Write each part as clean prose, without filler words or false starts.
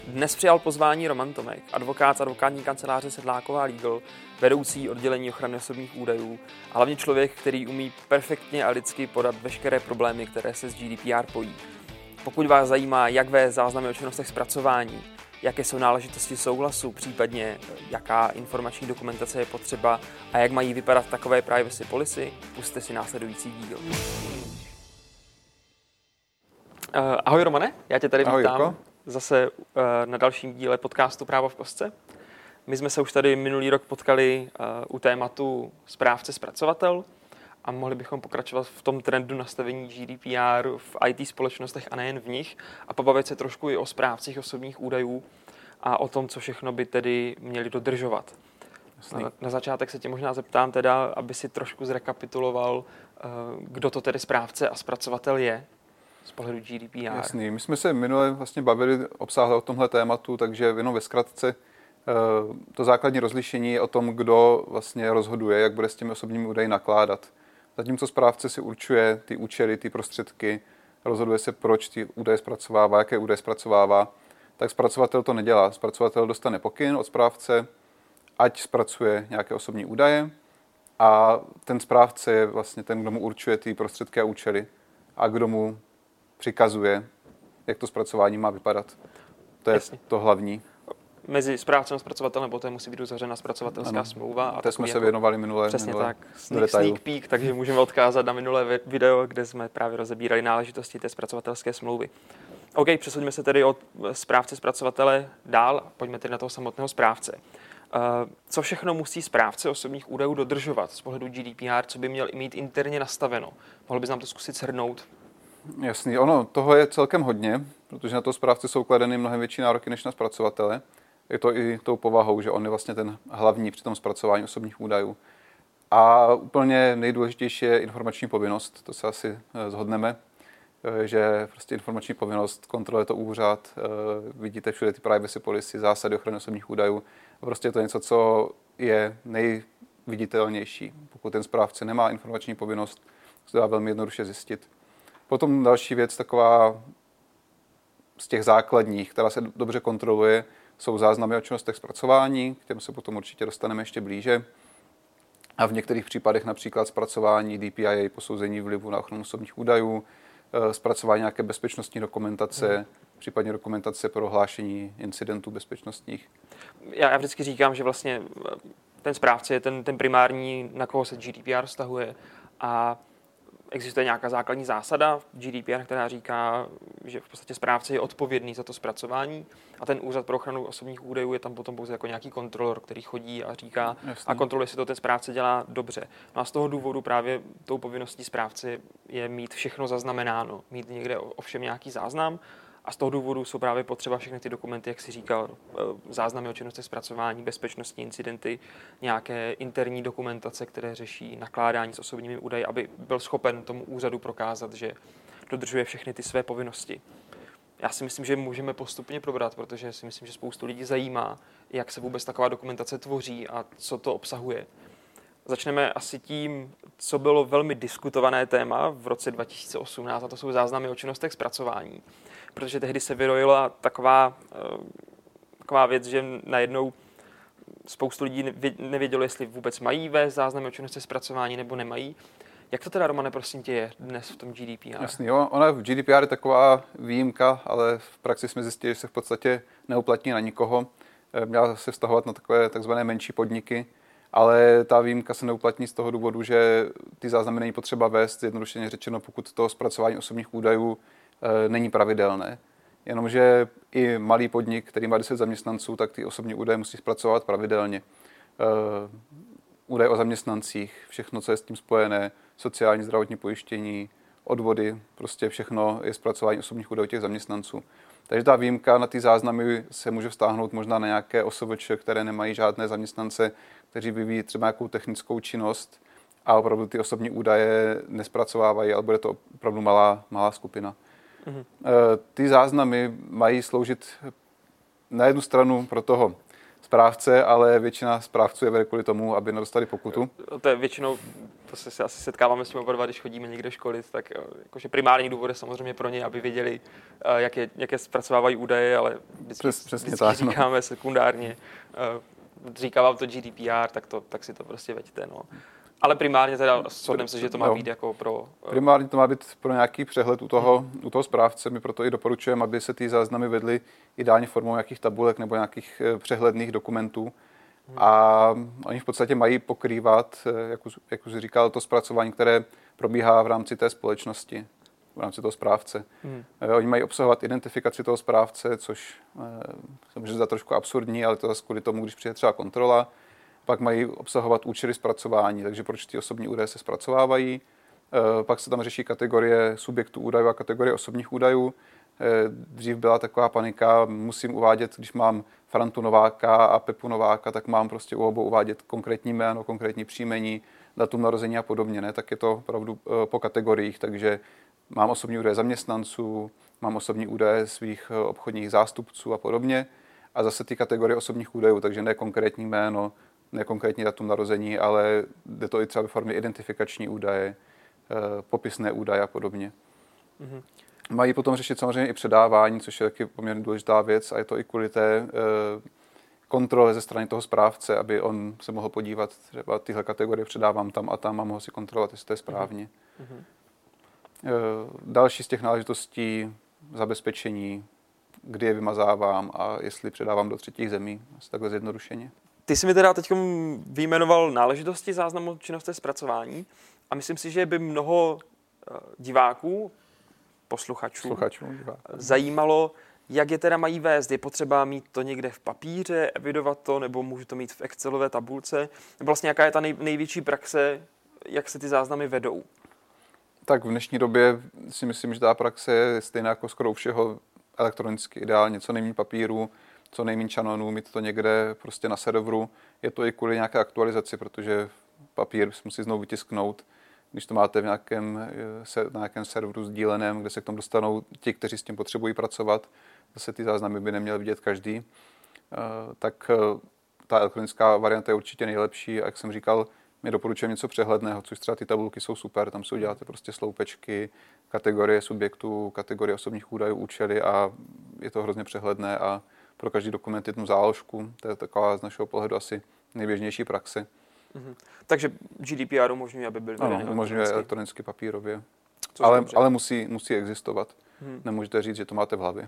Dnes přijal pozvání Roman Tomek, advokát z advokátní kanceláře Sedláková Legal, vedoucí oddělení ochrany osobních údajů a hlavně člověk, který umí perfektně a lidsky podat veškeré problémy, které se s GDPR pojí. Pokud vás zajímá, jak vést záznamy o činnostech zpracování, jaké jsou náležitosti souhlasu, případně jaká informační dokumentace je potřeba a jak mají vypadat takové privacy policy, pusťte si následující díl. Ahoj Romane, já tě tady vítám zase na dalším díle podcastu Právo v kostce. My jsme se už tady minulý rok potkali u tématu správce zpracovatel a mohli bychom pokračovat v tom trendu nastavení GDPR v IT společnostech a nejen v nich a pobavit se trošku i o správcích osobních údajů a o tom, co všechno by tedy měli dodržovat. Na začátek se tě možná zeptám teda, aby si trošku zrekapituloval, kdo to tedy správce a zpracovatel je z pohledu GDPR. Jasný. My jsme se minule vlastně bavili obsáhle o tomhle tématu, takže jenom ve zkratce to základní rozlišení je o tom, kdo vlastně rozhoduje, jak bude s těmi osobními údaji nakládat. Zatímco správce si určuje ty účely, ty prostředky, rozhoduje se, proč ty údaje zpracovává, jaké údaje zpracovává, tak zpracovatel to nedělá. Zpracovatel dostane pokyn od správce, ať zpracuje nějaké osobní údaje a ten správce je vlastně ten, kdo mu určuje ty prostředky a účely a kdo mu přikazuje, jak to zpracování má vypadat. To je to hlavní. Mezi správcem a zpracovatelem poté musí být uzavřena zpracovatelská smlouva. A to jsme se věnovali minule. Přesně tak. Sneak peek, takže můžeme odkázat na minulé video, kde jsme právě rozebírali náležitosti té zpracovatelské smlouvy. OK, přesuňme se tedy od správce zpracovatele dál. Pojďme tedy na toho samotného správce. Co všechno musí správce osobních údajů dodržovat z pohledu GDPR, co by měl mít interně nastaveno? Mohl bys nám to zkusit shrnout? Jasný, toho je celkem hodně, protože na to správce jsou kladeny mnohem větší nároky než na zpracovatele. Je to i tou povahou, že on je vlastně ten hlavní při tom zpracování osobních údajů. A úplně nejdůležitější je informační povinnost, to se asi shodneme, že prostě informační povinnost, kontroluje to úřad, vidíte všude ty privacy policy, zásady ochrany osobních údajů. Prostě je to něco, co je nejviditelnější. Pokud ten správce nemá informační povinnost, to dá velmi jednoduše zjistit. Potom další věc, taková z těch základních, která se dobře kontroluje, jsou záznamy o činnostech zpracování, k těm se potom určitě dostaneme ještě blíže. A v některých případech například zpracování DPIA, posouzení vlivu na ochranu osobních údajů, zpracování nějaké bezpečnostní dokumentace, případně dokumentace pro hlášení incidentů bezpečnostních. Já vždycky říkám, že vlastně ten správce je ten primární, na koho se GDPR vztahuje a existuje nějaká základní zásada v GDPR, která říká, že v podstatě správce je odpovědný za to zpracování a ten úřad pro ochranu osobních údajů je tam potom pouze jako nějaký kontrolor, který chodí a říká a kontroluje, jestli to ten správce dělá dobře. No a z toho důvodu právě tou povinností správce je mít všechno zaznamenáno, mít někde ovšem nějaký záznam a z toho důvodu jsou právě potřeba všechny ty dokumenty, jak jsi říkal, záznamy o činnostech zpracování, bezpečnostní incidenty, nějaké interní dokumentace, které řeší nakládání s osobními údaji, aby byl schopen tomu úřadu prokázat, že dodržuje všechny ty své povinnosti. Já si myslím, že můžeme postupně probrat, protože si myslím, že spoustu lidí zajímá, jak se vůbec taková dokumentace tvoří a co to obsahuje. Začneme asi tím, co bylo velmi diskutované téma v roce 2018, a to jsou záznamy o činnostech zpracování. Protože tehdy se vyrojila taková věc, že najednou spoustu lidí nevědělo, jestli vůbec mají vést záznamy o činnostech zpracování nebo nemají. Jak to teda, Romane, prosím tě, je dnes v tom GDPR? Jasný, jo. Ona v GDPR je taková výjimka, ale v praxi jsme zjistili, že se v podstatě neuplatní na nikoho. Měla se vztahovat na takové takzvané menší podniky, ale ta výjimka se neuplatní z toho důvodu, že ty záznamy není potřeba vést, jednoduše řečeno, pokud to zpracování osobních údajů není pravidelné. Jenomže i malý podnik, který má 10 zaměstnanců, tak ty osobní údaje musí zpracovat pravidelně. Údaje o zaměstnancích, všechno, co je s tím spojené, sociální, zdravotní pojištění, odvody, prostě všechno je zpracování osobních údajů těch zaměstnanců. Takže ta výjimka na ty záznamy se může vztáhnout možná na nějaké OSVČ, které nemají žádné zaměstnance, kteří vyvíjí třeba nějakou technickou činnost a opravdu ty osobní údaje nespracovávají, ale bude to opravdu malá skupina. Ty záznamy mají sloužit na jednu stranu pro toho správce, ale většina správců je vede kvůli tomu, aby nedostali pokutu. To je většinou, to se asi setkáváme s tím oba dva, když chodíme někde školit, tak jakože primární důvod je samozřejmě pro ně, aby věděli, jaké zpracovávají údaje, ale vždycky tak, říkáme sekundárně, říká vám to GDPR, tak si to prostě veďte, no. Ale primárně teda shodneme se, že to má být jako pro... Primárně to má být pro nějaký přehled u toho správce. My proto i doporučujeme, aby se ty záznamy vedly ideálně formou nějakých tabulek nebo nějakých přehledných dokumentů. A oni v podstatě mají pokrývat, jak už říkal, to zpracování, které probíhá v rámci té společnosti, v rámci toho správce. Oni mají obsahovat identifikaci toho správce, což se může zdát trošku absurdní, ale to zase kvůli tomu, když přijde třeba kontrola. Pak mají obsahovat účely zpracování, takže proč ty osobní údaje se zpracovávají. Pak se tam řeší kategorie subjektů údajů a kategorie osobních údajů. Dřív byla taková panika, musím uvádět, když mám Frantu Nováka a Pepu Nováka, tak mám prostě u obou uvádět konkrétní jméno, konkrétní příjmení, datum narození a podobně. Ne? Tak je to opravdu po kategoriích, takže mám osobní údaje zaměstnanců, mám osobní údaje svých obchodních zástupců a podobně. A zase ty kategorie osobních údajů, takže ne konkrétní jméno, ne konkrétní datum narození, ale jde to i třeba ve formě identifikační údaje, popisné údaje a podobně. Mají potom řešit samozřejmě i předávání, což je taky poměrně důležitá věc a je to i kvůli té kontrole ze strany toho správce, aby on se mohl podívat, třeba tyhle kategorie předávám tam a mohl si kontrolovat, jestli to je správně. Další z těch náležitostí zabezpečení, kdy je vymazávám a jestli předávám do třetích zemí, asi takhle zjednodušeně. Ty jsi mi teda teď vyjmenoval náležitosti záznamu činnosti zpracování a myslím si, že by mnoho diváků, posluchačů zajímalo, jak je teda mají vést. Je potřeba mít to někde v papíře, evidovat to, nebo můžu to mít v Excelové tabulce? Nebo vlastně jaká je ta největší praxe, jak se ty záznamy vedou? Tak v dnešní době si myslím, že ta praxe je stejná jako skoro u všeho elektronicky ideálně, co nejméně papíru, co nejméně šanonů, mít to někde prostě na serveru. Je to i kvůli nějaké aktualizaci, protože papír musí znovu vytisknout. Když to máte na nějakém serveru sdíleném, kde se k tomu dostanou ti, kteří s tím potřebují pracovat, zase ty záznamy by neměl vidět každý, tak ta elektronická varianta je určitě nejlepší. A jak jsem říkal, my doporučujeme něco přehledného, což třeba ty tabulky jsou super, tam si uděláte prostě sloupečky, kategorie subjektů, kategorie osobních údajů, účely a je to hrozně přehledné a pro každý dokument jednu záložku. To je taková z našeho pohledu asi nejběžnější praxe. Takže GDPR umožňuje, aby byl vedeny umožňuje elektronicky papírově. Ale musí existovat. Nemůžete říct, že to máte v hlavě.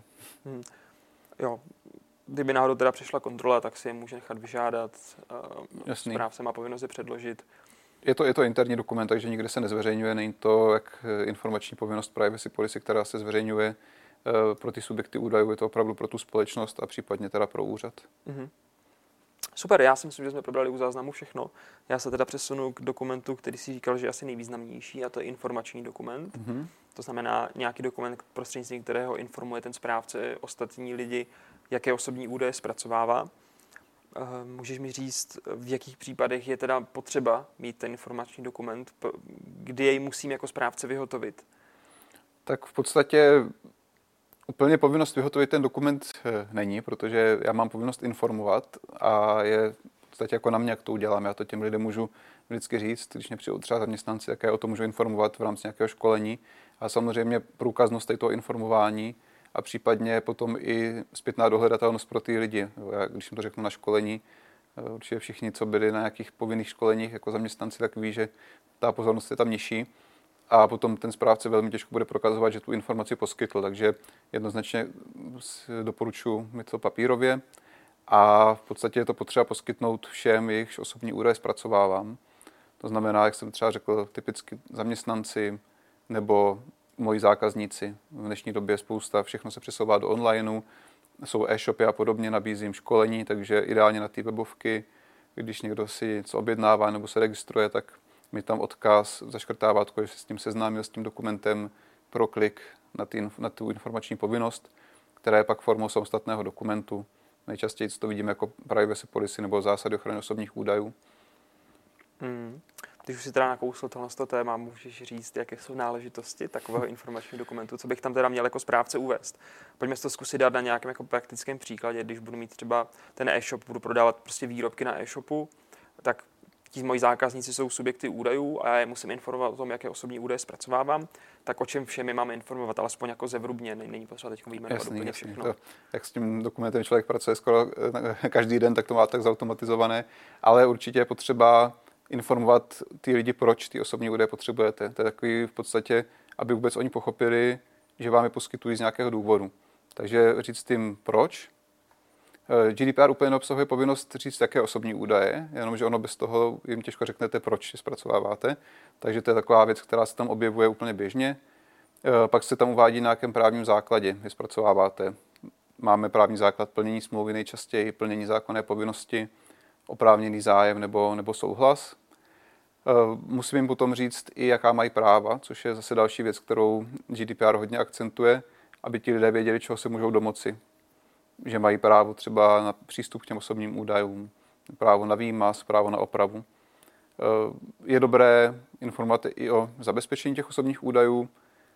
Jo. Kdyby náhodou teda přišla kontrola, tak si je může nechat vyžádat. Správce má povinnost je předložit. Je to interní dokument, takže nikde se nezveřejňuje. Není to jak informační povinnost privacy policy, která se zveřejňuje pro ty subjekty údajů. Je to opravdu pro tu společnost a případně teda pro úřad. Super, já si myslím, že jsme probrali u záznamu všechno. Já se teda přesunu k dokumentu, který si říkal, že je asi nejvýznamnější, a to je informační dokument. To znamená nějaký dokument, prostřednictvím kterého informuje ten správce ostatní lidi, jaké osobní údaje zpracovává. Můžeš mi říct, v jakých případech je teda potřeba mít ten informační dokument, kdy jej musím jako správce vyhotovit? Tak v podstatě úplně povinnost vyhotovit ten dokument není, protože já mám povinnost informovat a je v podstatě jako na mě, jak to udělám. Já to těm lidem můžu vždycky říct, když mě přijdou třeba zaměstnanci, jak já o tom můžu informovat v rámci nějakého školení. A samozřejmě průkaznost toho informování a případně potom i zpětná dohledatelnost pro ty lidi. Já, když jim to řeknu na školení, určitě všichni, co byli na nějakých povinných školeních jako zaměstnanci, tak ví, že ta pozornost je tam nižší. A potom ten správce velmi těžko bude prokazovat, že tu informaci poskytl. Takže jednoznačně doporučuji mít to papírově. A v podstatě je to potřeba poskytnout všem, jejichž osobní údaje zpracovávám. To znamená, jak jsem třeba řekl, typicky zaměstnanci nebo moji zákazníci. V dnešní době spousta, všechno se přesouvá do onlineu, jsou e-shopy a podobně, nabízím školení, takže ideálně na ty webovky, když někdo si něco objednává nebo se registruje, tak mi tam odkaz, zaškrtává, že se s tím seznámil, s tím dokumentem pro klik na tu informační povinnost, která je pak formou samostatného dokumentu. Nejčastěji to vidíme jako privacy policy nebo zásady ochrany osobních údajů. Když už si teda nakousl tohle téma, můžeš říct, jaké jsou náležitosti takového informačního dokumentu, co bych tam teda měl jako správce uvést. Pojďme si to zkusit dát na nějakém jako praktickém příkladě, když budu mít třeba ten e-shop, budu prodávat prostě výrobky na e-shopu, tak ti moji zákazníci jsou subjekty údajů a já je musím informovat o tom, jaké osobní údaje zpracovávám, tak o čem všem je mám informovat, alespoň jako zevrubně, není potřeba teď vyjmenovat úplně všechno. To, jak s tím dokumentem člověk pracuje skoro každý den, tak to má tak zautomatizované, ale určitě je potřeba informovat ty lidi, proč ty osobní údaje potřebujete. To je takový v podstatě, aby vůbec oni pochopili, že vám je poskytují z nějakého důvodu. Takže říct jim proč. GDPR úplně neobsahuje povinnost říct, jaké osobní údaje, jenomže ono bez toho jim těžko řeknete, proč je zpracováváte. Takže to je taková věc, která se tam objevuje úplně běžně. Pak se tam uvádí na jakém právním základě je zpracováváte. Máme právní základ plnění smlouvy nejčastěji, plnění zákonné povinnosti, oprávněný zájem nebo souhlas. Musím jim potom říct i, jaká mají práva, což je zase další věc, kterou GDPR hodně akcentuje, aby ti lidé věděli, čeho se můžou domoci. Že mají právo třeba na přístup k těm osobním údajům, právo na výmaz, právo na opravu. Je dobré informovat i o zabezpečení těch osobních údajů,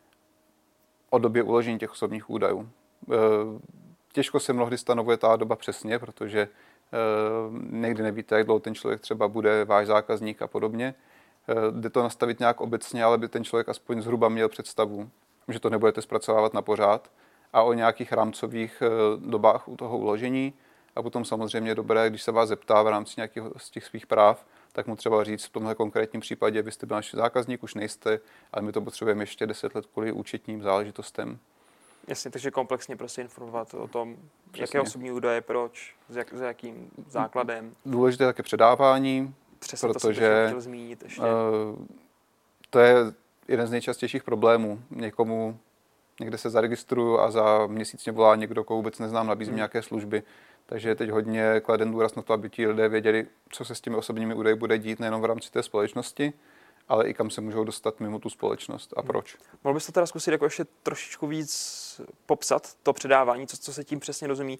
o době uložení těch osobních údajů. Těžko se mnohdy stanovuje ta doba přesně, protože někdy nevíte, jak dlouho ten člověk třeba bude váš zákazník a podobně. Jde to nastavit nějak obecně, ale by ten člověk aspoň zhruba měl představu, že to nebudete zpracovávat na pořád, a o nějakých rámcových dobách u toho uložení. A potom samozřejmě je dobré, když se vás zeptá v rámci nějakého z těch svých práv, tak mu třeba říct v tomhle konkrétním případě, vy jste byl náš zákazník, už nejste, ale my to potřebujeme ještě 10 let kvůli účetním záležitostem. Jasně, takže komplexně prostě informovat o tom, jaké osobní údaje, proč, za jakým základem. Důležité je také předávání, Přesně, protože to jsem chtěl zmínit ještě. To je jeden z nejčastějších problémů. Někomu někde se zaregistruju a za měsíc mě volá někdo, koho vůbec neznám, nabízí nějaké služby. Takže je teď hodně kladen důraz na to, aby ti lidé věděli, co se s těmi osobními údaji bude dít nejenom v rámci té společnosti, ale i kam se můžou dostat mimo tu společnost a proč. Mohl bys to teda zkusit jako ještě trošičku víc popsat, to předávání, co se tím přesně rozumí.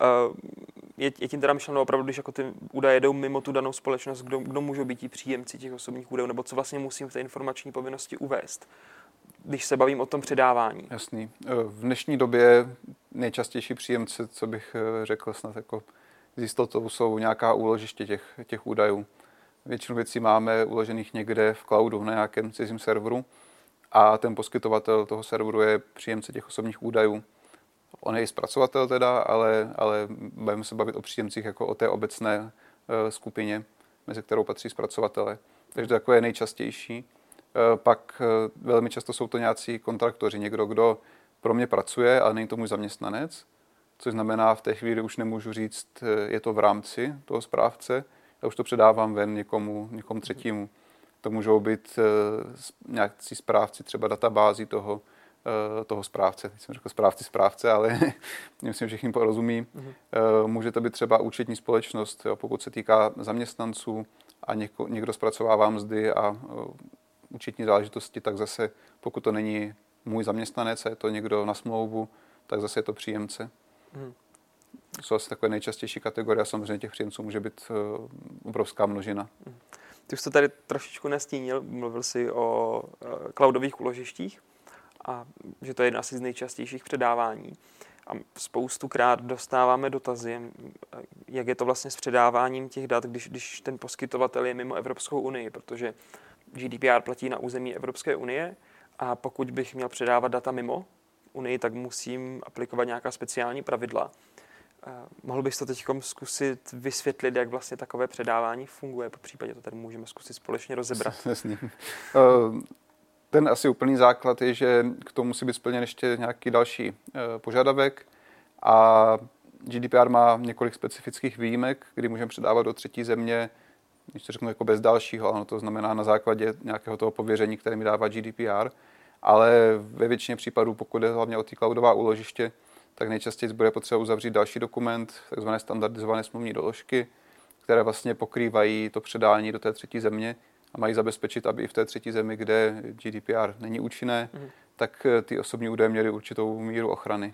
Je tím teda myšleno opravdu, když jako ty údaje jdou mimo tu danou společnost, kdo můžou být ti příjemci těch osobních údajů, nebo co vlastně musím v té informační povinnosti uvést, když se bavím o tom předávání. Jasný. V dnešní době nejčastější příjemce, co bych řekl snad jako s jistotou, jsou nějaká úložiště těch údajů. Většinu věcí máme uložených někde v cloudu, na nějakém cizím serveru a ten poskytovatel toho serveru je příjemce těch osobních údajů. On je i zpracovatel teda, ale budeme se bavit o příjemcích jako o té obecné skupině, mezi kterou patří zpracovatele. Takže to takové je nejčastější. Pak velmi často jsou to nějací kontraktoři, někdo, kdo pro mě pracuje, ale není to můj zaměstnanec, což znamená, v té chvíli už nemůžu říct, je to v rámci toho správce, já už to předávám ven někomu třetímu. To můžou být nějaký správci třeba databází toho správce. Teď jsem řekl správce, ale myslím, že všichni porozumí. Může to být třeba účetní společnost, jo, pokud se týká zaměstnanců a někdo zpracovává mzdy a účetní záležitosti, tak zase pokud to není můj zaměstnanec, je to někdo na smlouvu, tak zase je to příjemce. To jsou asi takové nejčastější kategorie a samozřejmě těch příjemců může být obrovská množina. Ty už to tady trošičku nastínil, mluvil jsi o cloudových úložištích a že to je jedna asi z nejčastějších předávání. A spoustukrát dostáváme dotazy, jak je to vlastně s předáváním těch dat, když ten poskytovatel je mimo Evropskou unii, protože GDPR platí na území Evropské unie a pokud bych měl předávat data mimo unii, tak musím aplikovat nějaká speciální pravidla. Mohl bys to teď zkusit vysvětlit, jak vlastně takové předávání funguje? Po případě to tady můžeme zkusit společně rozebrat. Jasně. Ten asi úplný základ je, že k tomu musí být splněn ještě nějaký další požadavek a GDPR má několik specifických výjimek, kdy můžeme předávat do třetí země, když to řeknu jako bez dalšího, ano, to znamená na základě nějakého toho pověření, které mi dává GDPR, ale ve většině případů, pokud je hlavně o ty cloudová úložiště, tak nejčastěji bude potřeba uzavřít další dokument, takzvané standardizované smluvní doložky, které vlastně pokrývají to předání do té třetí země a mají zabezpečit, aby i v té třetí zemi, kde GDPR není účinné, tak ty osobní údaje měly určitou míru ochrany.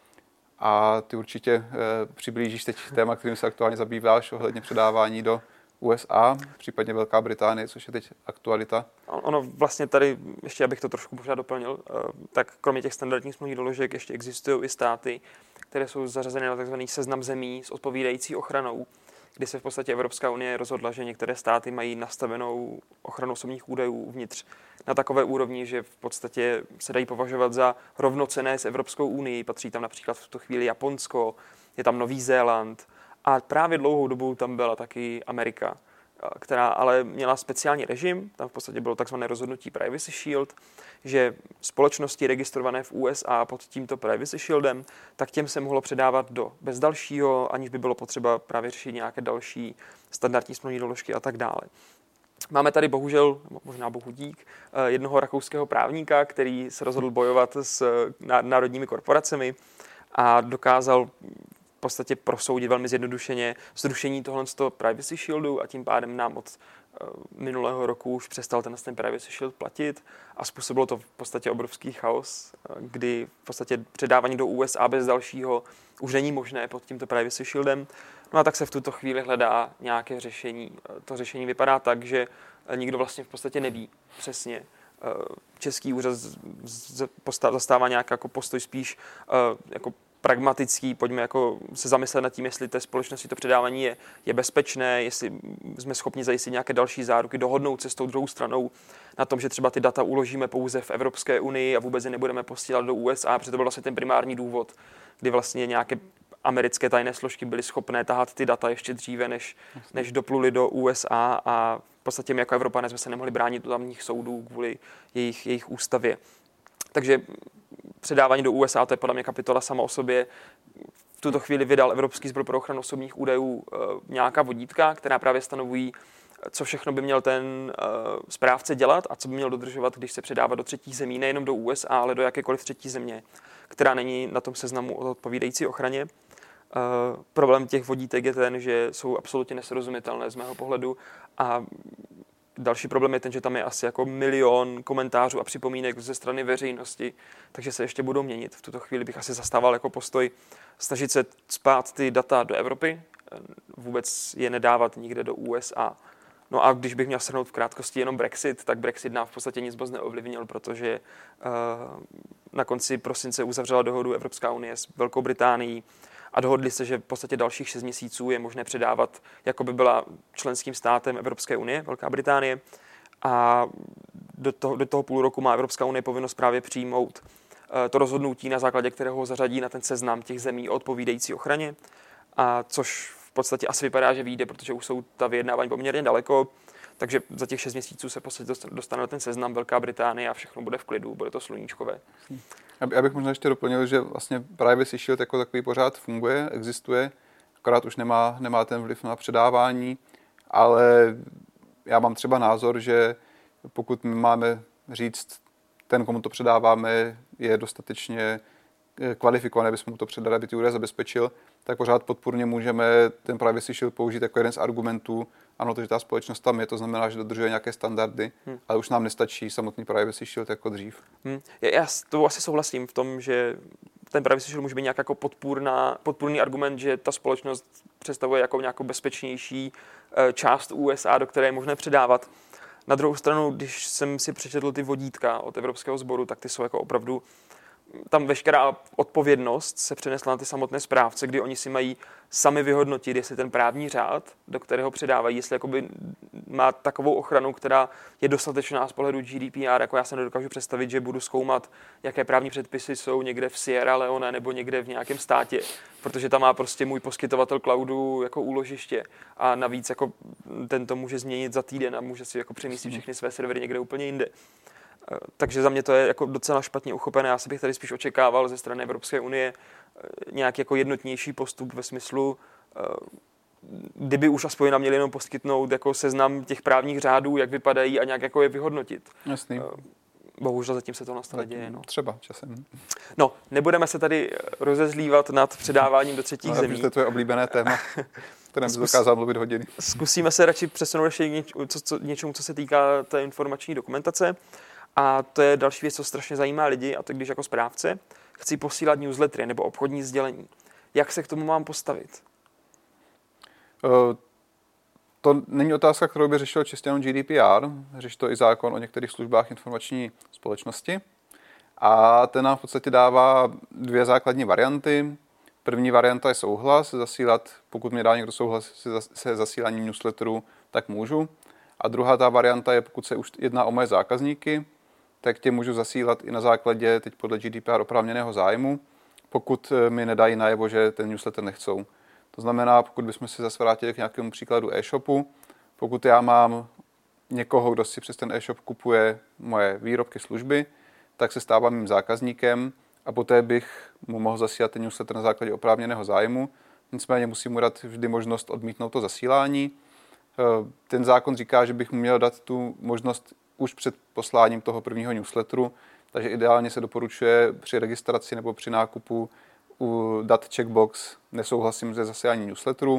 A ty určitě přiblížíš teď téma, kterým se aktuálně zabýváš ohledně předávání do USA, případně Velká Británie, což je teď aktualita. Ono vlastně tady, ještě abych to trošku možná doplnil, tak kromě těch standardních smluvních doložek ještě existují i státy, které jsou zařazeny na tzv. Seznam zemí s odpovídající ochranou, kdy se v podstatě Evropská unie rozhodla, že některé státy mají nastavenou ochranu osobních údajů uvnitř na takové úrovni, že v podstatě se dají považovat za rovnocenné s Evropskou unii. Patří tam například v tu chvíli Japonsko, je tam Nový Zéland a právě dlouhou dobu tam byla taky Amerika, která ale měla speciální režim, tam v podstatě bylo takzvané rozhodnutí Privacy Shield, že společnosti registrované v USA pod tímto Privacy Shieldem, tak těm se mohlo předávat bez dalšího, aniž by bylo potřeba právě řešit nějaké další standardní smluvní doložky a tak dále. Máme tady bohužel, možná bohu dík, jednoho rakouského právníka, který se rozhodl bojovat s národními korporacemi a dokázal v podstatě prosoudit velmi zjednodušeně zrušení tohle Privacy Shieldu a tím pádem nám od minulého roku už přestal ten Privacy Shield platit a způsobilo to v podstatě obrovský chaos, kdy v podstatě předávání do USA bez dalšího už není možné pod tímto Privacy Shieldem. No a tak se v tuto chvíli hledá nějaké řešení. To řešení vypadá tak, že nikdo vlastně v podstatě neví přesně. Český úřad zastává nějaký jako postoj spíš jako pragmatický, pojďme jako se zamyslet nad tím, jestli té společnosti to předávání je bezpečné, jestli jsme schopni zajistit nějaké další záruky, dohodnout se s tou druhou stranou na tom, že třeba ty data uložíme pouze v Evropské unii a vůbec je nebudeme posílat do USA, protože to byl vlastně ten primární důvod, kdy vlastně nějaké americké tajné složky byly schopné tahat ty data ještě dříve, než dopluli do USA a v podstatě my jako Evropané jsme se nemohli bránit do tamních soudů kvůli jejich ústavě. Takže předávání do USA, to je podle mě kapitola sama o sobě. V tuto chvíli vydal Evropský sbor pro ochranu osobních údajů nějaká vodítka, která právě stanovují, co všechno by měl ten správce dělat a co by měl dodržovat, když se předává do třetích zemí, nejenom do USA, ale do jakékoliv třetí země, která není na tom seznamu o odpovídající ochraně. Problém těch vodítek je ten, že jsou absolutně nesrozumitelné z mého pohledu a další problém je ten, že tam je asi jako 1 000 000 komentářů a připomínek ze strany veřejnosti, takže se ještě budou měnit. V tuto chvíli bych asi zastával jako postoj snažit se cpát ty data do Evropy, vůbec je nedávat nikde do USA. No a když bych měl shrnout v krátkosti jenom Brexit, tak Brexit nám v podstatě nic moc neovlivnil, protože na konci prosince uzavřela dohodu Evropská unie s Velkou Británií a dohodli se, že v podstatě dalších 6 měsíců je možné předávat, jako by byla členským státem Evropské unie, Velká Británie. A do toho půl roku má Evropská unie povinnost právě přijmout to rozhodnutí, na základě kterého ho zařadí na ten seznam těch zemí o odpovídající ochraně. A což v podstatě asi vypadá, že vyjde, protože už jsou ta vyjednávání poměrně daleko. Takže za těch 6 měsíců se v podstatě dostane na ten seznam Velká Británie a všechno bude v klidu, bude to sluníčkové. Já bych možná ještě doplnil, že vlastně Privacy Shield jako takový pořád funguje, existuje, akorát už nemá ten vliv na předávání, ale já mám třeba názor, že pokud my máme říct, ten, komu to předáváme, je dostatečně kvalifikovaný, aby jsme mu to předali, aby ty údaje zabezpečil, tak pořád podpůrně můžeme ten Privacy Shield použít jako jeden z argumentů. Ano, to, že ta společnost tam je, to znamená, že dodržuje nějaké standardy, ale už nám nestačí samotný Privacy Shield jako dřív. Já s tou asi souhlasím v tom, že ten Privacy Shield může být nějak jako podpůrný argument, že ta společnost představuje jako nějakou bezpečnější část USA, do které je možné předávat. Na druhou stranu, když jsem si přečetl ty vodítka od Evropského sboru, tak ty jsou jako opravdu tam veškerá odpovědnost se přenesla na ty samotné správce, kdy oni si mají sami vyhodnotit, jestli ten právní řád, do kterého předávají, jestli jakoby má takovou ochranu, která je dostatečná z pohledu GDPR, jako já se nedokážu představit, že budu zkoumat, jaké právní předpisy jsou někde v Sierra Leone nebo někde v nějakém státě, protože tam má prostě můj poskytovatel cloudu jako úložiště a navíc jako ten to může změnit za týden a může si jako přemístit všechny své servery někde úplně jinde. Takže za mě to je jako docela špatně uchopené. Já si bych tady spíš očekával ze strany Evropské unie nějaký jako jednotnější postup ve smyslu, kdyby už aspoň nám měli jenom poskytnout jako seznam těch právních řádů, jak vypadají a nějak jako je vyhodnotit. Jasný. Bohužel zatím se to neděje. No. Třeba časem. No, nebudeme se tady rozezlívat nad předáváním do třetích zemí. To je oblíbené téma, které by dokázal mluvit hodiny. Zkusíme se radši přesunout ještě něčemu, co se týká té informační dokumentace. A to je další věc, co strašně zajímá lidi, a to když jako správce chci posílat newslettery nebo obchodní sdělení. Jak se k tomu mám postavit? to není otázka, kterou by řešil čistě jenom GDPR, řeší to i zákon o některých službách informační společnosti. A ten nám v podstatě dává dvě základní varianty. První varianta je souhlas, zasílat, pokud mě dá někdo souhlas se zasíláním newsletteru, tak můžu. A druhá ta varianta je, pokud se už jedná o moje zákazníky, tak tě můžu zasílat i na základě, teď podle GDPR, oprávněného zájmu, pokud mi nedají najevo, že ten newsletter nechcou. To znamená, pokud bychom se zase vrátili k nějakému příkladu e-shopu, pokud já mám někoho, kdo si přes ten e-shop kupuje moje výrobky, služby, tak se stávám mým zákazníkem a poté bych mu mohl zasílat ten newsletter na základě oprávněného zájmu. Nicméně musím mu dát vždy možnost odmítnout to zasílání. Ten zákon říká, že bych mu měl dát tu možnost už před posláním toho prvního newsletteru, takže ideálně se doporučuje při registraci nebo při nákupu dát checkbox nesouhlasím se zasíláním newsletteru,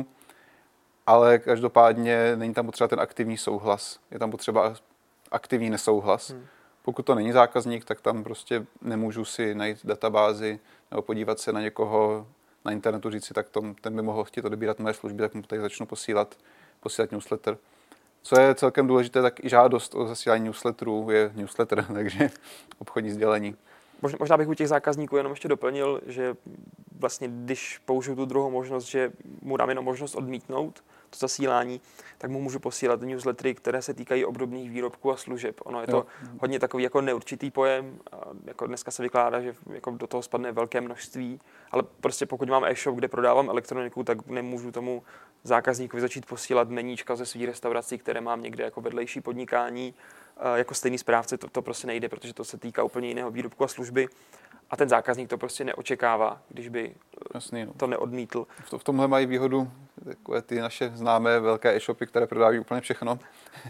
ale každopádně není tam potřeba ten aktivní souhlas, je tam potřeba aktivní nesouhlas. Pokud to není zákazník, tak tam prostě nemůžu si najít databázi nebo podívat se na někoho na internetu, říct si, tak ten by mohl chtít odebírat moje služby, tak mu tady začnu posílat newsletter. Co je celkem důležité, tak i žádost o zasílání newsletterů je newsletter, takže obchodní sdělení. Možná bych u těch zákazníků jenom ještě doplnil, že vlastně když použiju tu druhou možnost, že mu dám jenom možnost odmítnout to zasílání, tak mu můžu posílat newslettery, které se týkají obdobných výrobků a služeb. Ono je to hodně takový jako neurčitý pojem, jako dneska se vykládá, že jako do toho spadne velké množství, ale prostě pokud mám e-shop, kde prodávám elektroniku, tak nemůžu tomu zákazníkovi začít posílat meníčka ze svých restaurací, které mám někde jako vedlejší podnikání. Jako stejný správce to prostě nejde, protože to se týká úplně jiného výrobku a služby a ten zákazník to prostě neočekává, když by to neodmítl. V tomhle mají výhodu takové ty naše známé velké e-shopy, které prodávají úplně všechno.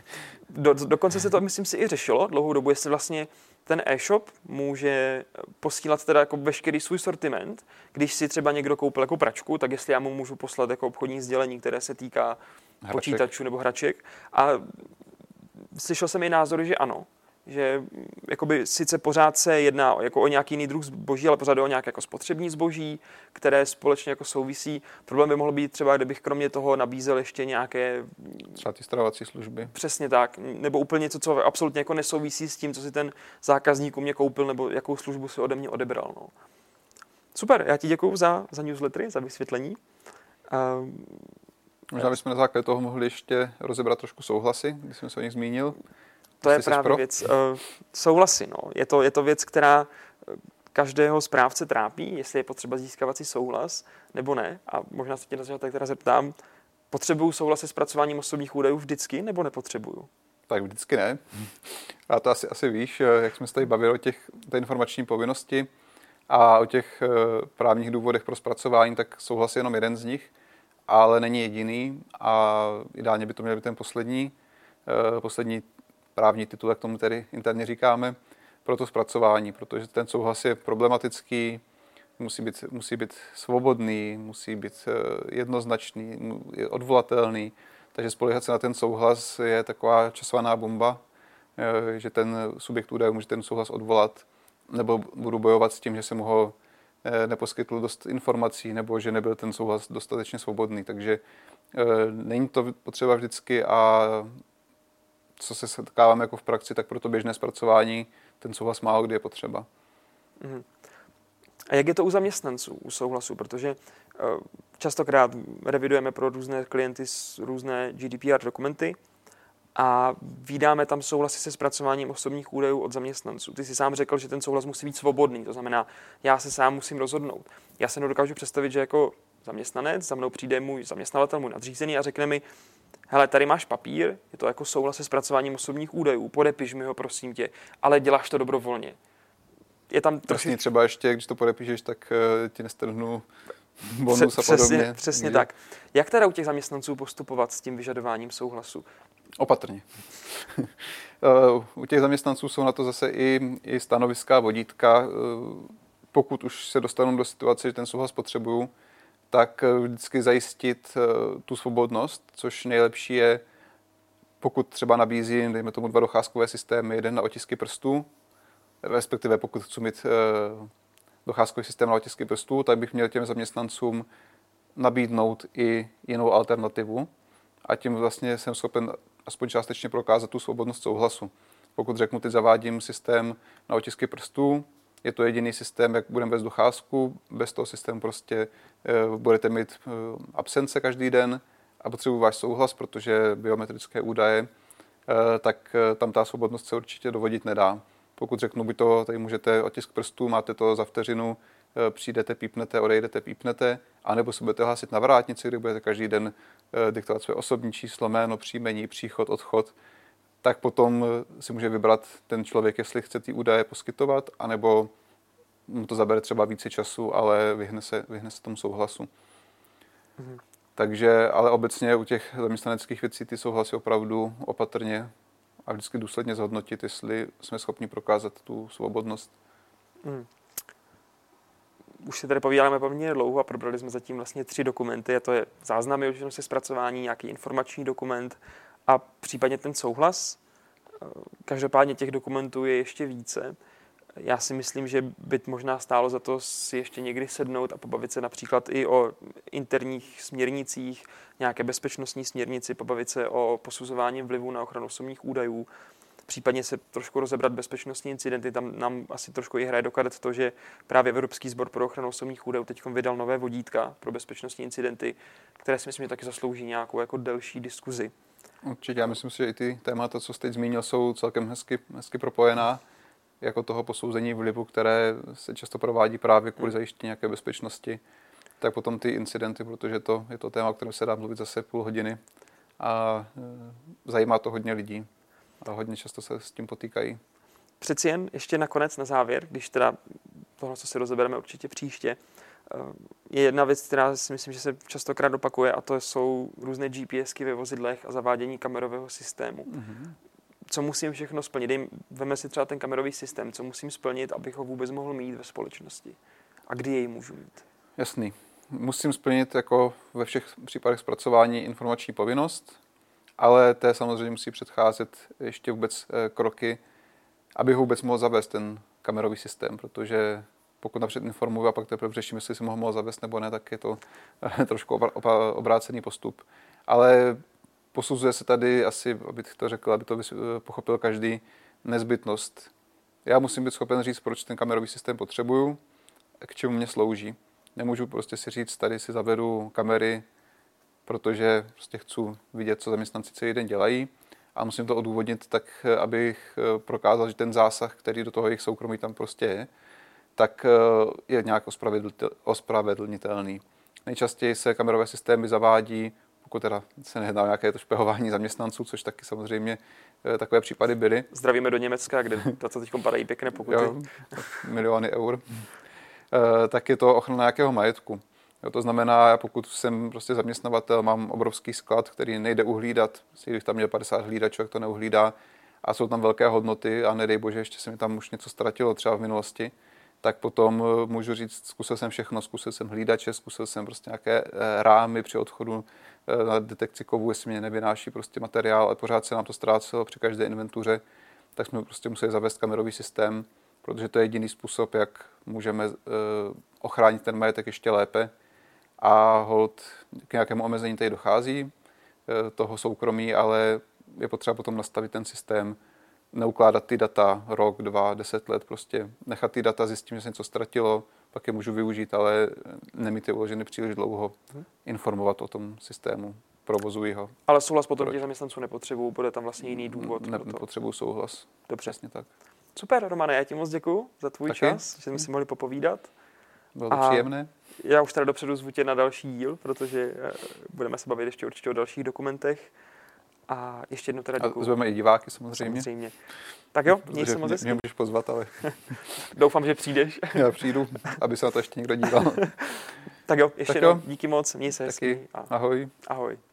Dokonce se to, myslím si, i řešilo dlouhou dobu, jestli vlastně ten e-shop může posílat teda jako veškerý svůj sortiment. Když si třeba někdo koupil jako pračku, tak jestli já mu můžu poslat jako obchodní sdělení, které se týká počítačů nebo hraček. A slyšel jsem i názory, že ano, že jakoby sice pořád se jedná jako o nějaký jiný druh zboží, ale pořád o nějaké jako spotřební zboží, které společně jako souvisí. Problém by mohl být třeba, kdybych kromě toho nabízel ještě nějaké třeba ty stravovací služby. Přesně tak, nebo úplně něco, co absolutně jako nesouvisí s tím, co si ten zákazník u mě koupil nebo jakou službu si ode mě odebral. No. Super, já ti děkuju za newslettery, za vysvětlení. Možná bychom na základě toho mohli ještě rozebrat trošku souhlasy, když jsem se o nich zmínil. To je právě věc. Souhlasy, no. Je to věc, která každého správce trápí, jestli je potřeba získávat si souhlas, nebo ne. A možná se tě na začátek teda zeptám, potřebuju souhlas se zpracováním osobních údajů vždycky, nebo nepotřebuju? Tak vždycky ne. A to asi víš, jak jsme se tady bavili o té informační povinnosti a o těch právních důvodech pro zpracování, tak souhlas je jenom jeden z nich, ale není jediný a ideálně by to měl být ten poslední právní titul, jak tomu tedy interně říkáme, pro to zpracování, protože ten souhlas je problematický, musí být svobodný, musí být jednoznačný, je odvolatelný, takže spoléhat se na ten souhlas je taková časovaná bomba, že ten subjekt údajů může ten souhlas odvolat, nebo budu bojovat s tím, že jsem ho neposkytl dost informací, nebo že nebyl ten souhlas dostatečně svobodný, takže není to potřeba vždycky a co se setkáváme jako v praxi, tak pro to běžné zpracování ten souhlas málo kdy je potřeba. A jak je to u zaměstnanců, u souhlasu? Protože častokrát revidujeme pro různé klienty různé GDPR dokumenty a vydáme tam souhlasy se zpracováním osobních údajů od zaměstnanců. Ty jsi sám řekl, že ten souhlas musí být svobodný, to znamená, já se sám musím rozhodnout. Já se nedokážu představit, že jako zaměstnanec, za mnou přijde můj zaměstnavatel, můj nadřízený a řekne mi, hele, tady máš papír, je to jako souhlas se zpracováním osobních údajů, podepiš mi ho, prosím tě, ale děláš to dobrovolně. Je tam trošku... třeba ještě, když to podepíšeš, tak ti nestrhnu bonus a podobně. Přesně tak. Jak teda u těch zaměstnanců postupovat s tím vyžadováním souhlasu? Opatrně. U těch zaměstnanců jsou na to zase i stanoviska, vodítka. Pokud už se dostanu do situace, že ten souhlas potřebuju, tak vždycky zajistit tu svobodnost, což nejlepší je, pokud třeba nabízím, dejme tomu 2 docházkové systémy, jeden na otisky prstů, respektive pokud chci mít docházkový systém na otisky prstů, tak bych měl těm zaměstnancům nabídnout i jinou alternativu. a tím vlastně jsem schopen aspoň částečně prokázat tu svobodnost souhlasu. Pokud řeknu, teď zavádím systém na otisky prstů, je to jediný systém, jak budeme vést docházku, bez toho systému prostě budete mít absence každý den a potřebuji váš souhlas, protože biometrické údaje, tak tam ta svobodnost se určitě dovodit nedá. Pokud řeknu, buď to tady můžete otisk prstů, máte to za vteřinu, přijdete, pípnete, odejdete, pípnete, anebo se budete hlásit na vrátnici, kde budete každý den diktovat své osobní číslo, jméno, příjmení, příchod, odchod, tak potom si může vybrat ten člověk, jestli chce ty údaje poskytovat, anebo mu to zabere třeba více času, ale vyhne se tomu souhlasu. Mhm. Takže, ale obecně u těch zaměstnaneckých věcí ty souhlasy opravdu opatrně a vždycky důsledně zhodnotit, jestli jsme schopni prokázat tu svobodnost. Už se tady povídáme poměrně dlouho a probrali jsme zatím vlastně 3 dokumenty, a to je záznamy o činnosti zpracování, nějaký informační dokument a případně ten souhlas. Každopádně těch dokumentů je ještě více. Já si myslím, že by možná stálo za to si ještě někdy sednout a pobavit se například i o interních směrnicích, nějaké bezpečnostní směrnici, pobavit se o posuzování vlivu na ochranu osobních údajů, případně se trošku rozebrat bezpečnostní incidenty. Tam nám asi trošku i hraje do karet to, že právě Evropský sbor pro ochranu osobních údajů teď vydal nové vodítka pro bezpečnostní incidenty, které si myslím, že taky zaslouží nějakou jako delší diskuzi. Určitě, já myslím si, že i ty témata, co jste teď zmínil, jsou celkem hezky propojená, jako toho posouzení vlivu, které se často provádí právě kvůli zajištění nějaké bezpečnosti, tak potom ty incidenty, protože je to téma, o kterém se dá mluvit zase půl hodiny a zajímá to hodně lidí a hodně často se s tím potýkají. Přeci jen ještě nakonec na závěr, když teda tohle, co si rozebereme určitě příště, je jedna věc, která si myslím, že se častokrát opakuje, a to jsou různé GPSky ve vozidlech a zavádění kamerového systému. Mm-hmm. Co musím všechno splnit? Veme si třeba ten kamerový systém, co musím splnit, abych ho vůbec mohl mít ve společnosti? A kdy jej můžu mít? Jasný. Musím splnit jako ve všech případech zpracování informační povinnost, ale té samozřejmě musí předcházet ještě vůbec kroky, abych vůbec mohl zavést ten kamerový systém, protože pokud napřed informuji a pak teprve řeším, jestli jsem ho mohl zavést nebo ne, tak je to trošku obrácený postup. Ale posuzuje se tady asi, abych to řekl, aby to pochopil každý, nezbytnost. Já musím být schopen říct, proč ten kamerový systém potřebuju, k čemu mě slouží. Nemůžu prostě si říct, tady si zavedu kamery, protože prostě chci vidět, co zaměstnanci celý den dělají, a musím to odůvodnit tak, abych prokázal, že ten zásah, který do toho jejich soukromí tam prostě je, tak je nějak ospravedlnitelný. Nejčastěji se kamerové systémy zavádí, pokud teda se nejedná o nějaké to špehování zaměstnanců, což taky samozřejmě takové případy byly. Zdravíme do Německa, kde to, co teď padají pěkné pokuty. Jo, miliony eur. Tak je to ochrana nějakého majetku. Jo, to znamená, pokud jsem prostě zaměstnavatel, mám obrovský sklad, který nejde uhlídat, když tam měl 50 hlídačů, jak to neuhlídá, a jsou tam velké hodnoty a nedej bože, ještě se mi tam už něco ztratilo třeba v minulosti, tak potom můžu říct, zkusil jsem všechno, zkusil jsem hlídače, zkusil jsem prostě nějaké rámy při odchodu na detekci kovů, jestli mě nevynáší prostě materiál, ale pořád se nám to ztrácelo při každé inventuře, tak jsme prostě museli zavést kamerový systém, protože to je jediný způsob, jak můžeme ochránit ten majetek ještě lépe. A holt k nějakému omezení tady dochází toho soukromí, ale je potřeba potom nastavit ten systém, neukládat ty data rok, 2, 10 let, prostě nechat ty data, zjistím, že se něco ztratilo, pak je můžu využít, ale nemít je uloženy příliš dlouho, informovat o tom systému, provozuji ho. Ale souhlas potom těch zaměstnanců nepotřebuju, bude tam vlastně jiný důvod. Nepotřebuju souhlas. Dobře. Přesně tak. Super, Romane, já ti moc děkuju za tvůj čas, že jsme si mohli popovídat. Bylo to příjemné. Já už teda dopředu zvu tě na další díl, protože budeme se bavit ještě určitě o dalších dokumentech. A ještě jednou teda děkuju. A zveme i diváky samozřejmě. Tak jo, měj se moc hezky. Mě můžeš pozvat, ale... Doufám, že přijdeš. Já přijdu, aby se na to ještě někdo díval. Tak jo, ještě jednou díky moc, měj se hezky. Ahoj. Ahoj.